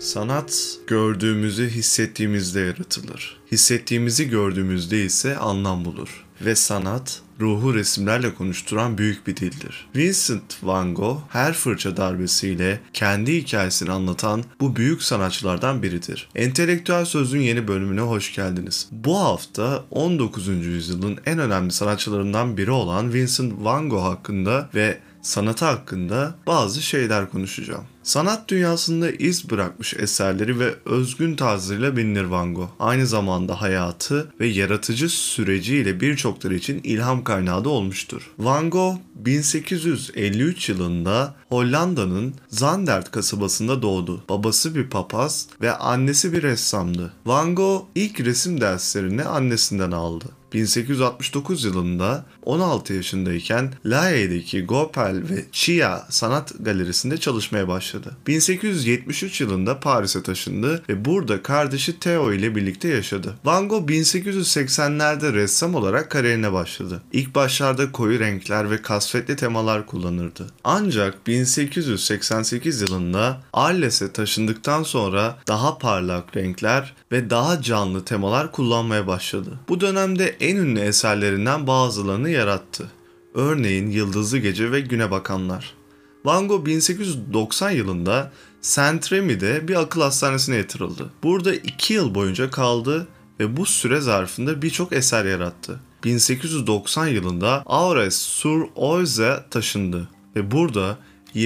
Sanat, gördüğümüzü hissettiğimizde yaratılır. Hissettiğimizi gördüğümüzde ise anlam bulur. Ve sanat, ruhu resimlerle konuşturan büyük bir dildir. Vincent van Gogh her fırça darbesiyle kendi hikayesini anlatan bu büyük sanatçılardan biridir. Entelektüel Sözlüğün yeni bölümüne hoş geldiniz. Bu hafta 19. yüzyılın en önemli sanatçılarından biri olan Vincent van Gogh hakkında ve sanatı hakkında bazı şeyler konuşacağım. Sanat dünyasında iz bırakmış eserleri ve özgün tarzıyla bilinir Van Gogh. Aynı zamanda hayatı ve yaratıcı süreciyle birçokları için ilham kaynağı da olmuştur. Van Gogh 1853 yılında Hollanda'nın Zandert kasabasında doğdu. Babası bir papaz ve annesi bir ressamdı. Van Gogh ilk resim derslerini annesinden aldı. 1869 yılında 16 yaşındayken La Haye'deki Goupil ve Chia Sanat Galerisi'nde çalışmaya başladı. 1873 yılında Paris'e taşındı ve burada kardeşi Theo ile birlikte yaşadı. Van Gogh 1880'lerde ressam olarak kariyerine başladı. İlk başlarda koyu renkler ve kasvetli temalar kullanırdı. Ancak 1888 yılında Arles'e taşındıktan sonra daha parlak renkler ve daha canlı temalar kullanmaya başladı. Bu dönemde en ünlü eserlerinden bazılarını yarattı. Örneğin Yıldızlı Gece ve Güne Bakanlar. Van Gogh 1890 yılında Saint-Rémy'de bir akıl hastanesine yatırıldı. Burada 2 yıl boyunca kaldı ve bu süre zarfında birçok eser yarattı. 1890 yılında Auvers-sur-Oise taşındı ve burada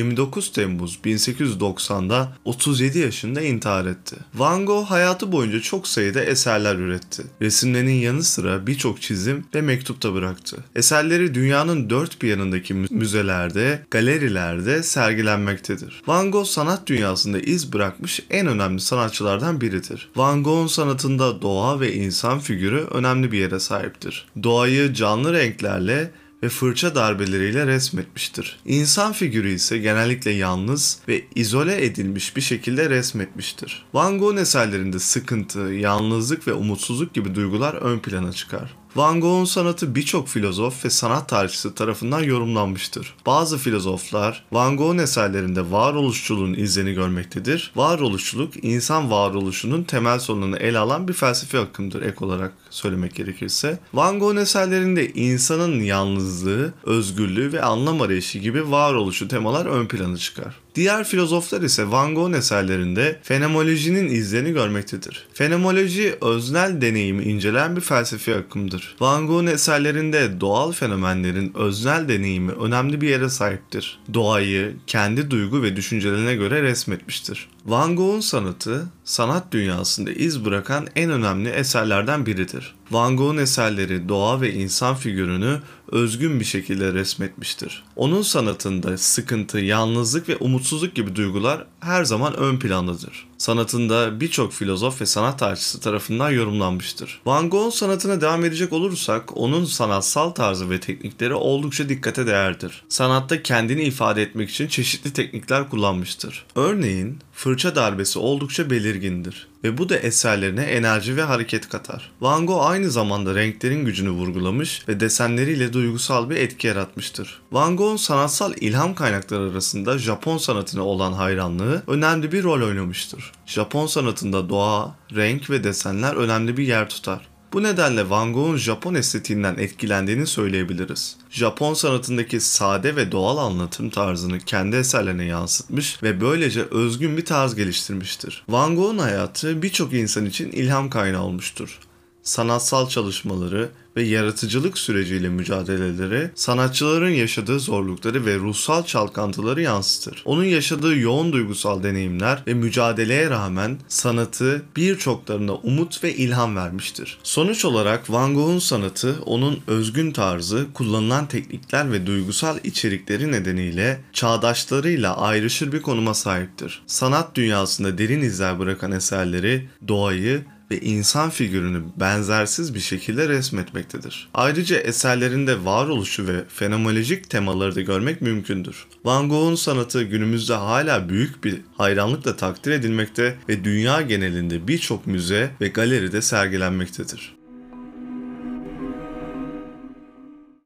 29 Temmuz 1890'da 37 yaşında intihar etti. Van Gogh hayatı boyunca çok sayıda eserler üretti. Resimlerinin yanı sıra birçok çizim ve mektup da bıraktı. Eserleri dünyanın dört bir yanındaki müzelerde, galerilerde sergilenmektedir. Van Gogh sanat dünyasında iz bırakmış en önemli sanatçılardan biridir. Van Gogh'un sanatında doğa ve insan figürü önemli bir yere sahiptir. Doğayı canlı renklerle ve fırça darbeleriyle resmetmiştir. İnsan figürü ise genellikle yalnız ve izole edilmiş bir şekilde resmetmiştir. Van Gogh'un eserlerinde sıkıntı, yalnızlık ve umutsuzluk gibi duygular ön plana çıkar. Van Gogh'un sanatı birçok filozof ve sanat tarihçisi tarafından yorumlanmıştır. Bazı filozoflar Van Gogh'un eserlerinde varoluşçuluğun izlerini görmektedir. Varoluşçuluk, insan varoluşunun temel sorununu ele alan bir felsefi akımdır ek olarak söylemek gerekirse. Van Gogh'un eserlerinde insanın yalnızlığı, özgürlüğü ve anlam arayışı gibi varoluşu temalar ön plana çıkar. Diğer filozoflar ise Van Gogh'un eserlerinde fenomenolojinin izlerini görmektedir. Fenomenoloji, öznel deneyimi inceleyen bir felsefi akımdır. Van Gogh'un eserlerinde doğal fenomenlerin öznel deneyimi önemli bir yere sahiptir. Doğayı kendi duygu ve düşüncelerine göre resmetmiştir. Van Gogh'un sanatı, sanat dünyasında iz bırakan en önemli eserlerden biridir. Van Gogh'un eserleri doğa ve insan figürünü özgün bir şekilde resmetmiştir. Onun sanatında sıkıntı, yalnızlık ve umutsuzluk gibi duygular her zaman ön plandadır. Sanatında birçok filozof ve sanat tarihçisi tarafından yorumlanmıştır. Van Gogh'un sanatına devam edecek olursak, onun sanatsal tarzı ve teknikleri oldukça dikkate değerdir. Sanatta kendini ifade etmek için çeşitli teknikler kullanmıştır. Örneğin, fırça darbesi oldukça belirgindir ve bu da eserlerine enerji ve hareket katar. Van Gogh aynı zamanda renklerin gücünü vurgulamış ve desenleriyle duygusal bir etki yaratmıştır. Van Gogh'un sanatsal ilham kaynakları arasında Japon sanatına olan hayranlığı önemli bir rol oynamıştır. Japon sanatında doğa, renk ve desenler önemli bir yer tutar. Bu nedenle Van Gogh'un Japon estetiğinden etkilendiğini söyleyebiliriz. Japon sanatındaki sade ve doğal anlatım tarzını kendi eserlerine yansıtmış ve böylece özgün bir tarz geliştirmiştir. Van Gogh'un hayatı birçok insan için ilham kaynağı olmuştur. Sanatsal çalışmaları ve yaratıcılık süreciyle mücadeleleri, sanatçıların yaşadığı zorlukları ve ruhsal çalkantıları yansıtır. Onun yaşadığı yoğun duygusal deneyimler ve mücadeleye rağmen sanatı birçoklarına umut ve ilham vermiştir. Sonuç olarak Van Gogh'un sanatı, onun özgün tarzı, kullanılan teknikler ve duygusal içerikleri nedeniyle çağdaşlarıyla ayrışır bir konuma sahiptir. Sanat dünyasında derin izler bırakan eserleri, doğayı ve insan figürünü benzersiz bir şekilde resmetmektedir. Ayrıca eserlerinde varoluşu ve fenomenolojik temaları da görmek mümkündür. Van Gogh'un sanatı günümüzde hala büyük bir hayranlıkla takdir edilmekte ve dünya genelinde birçok müze ve galeride sergilenmektedir.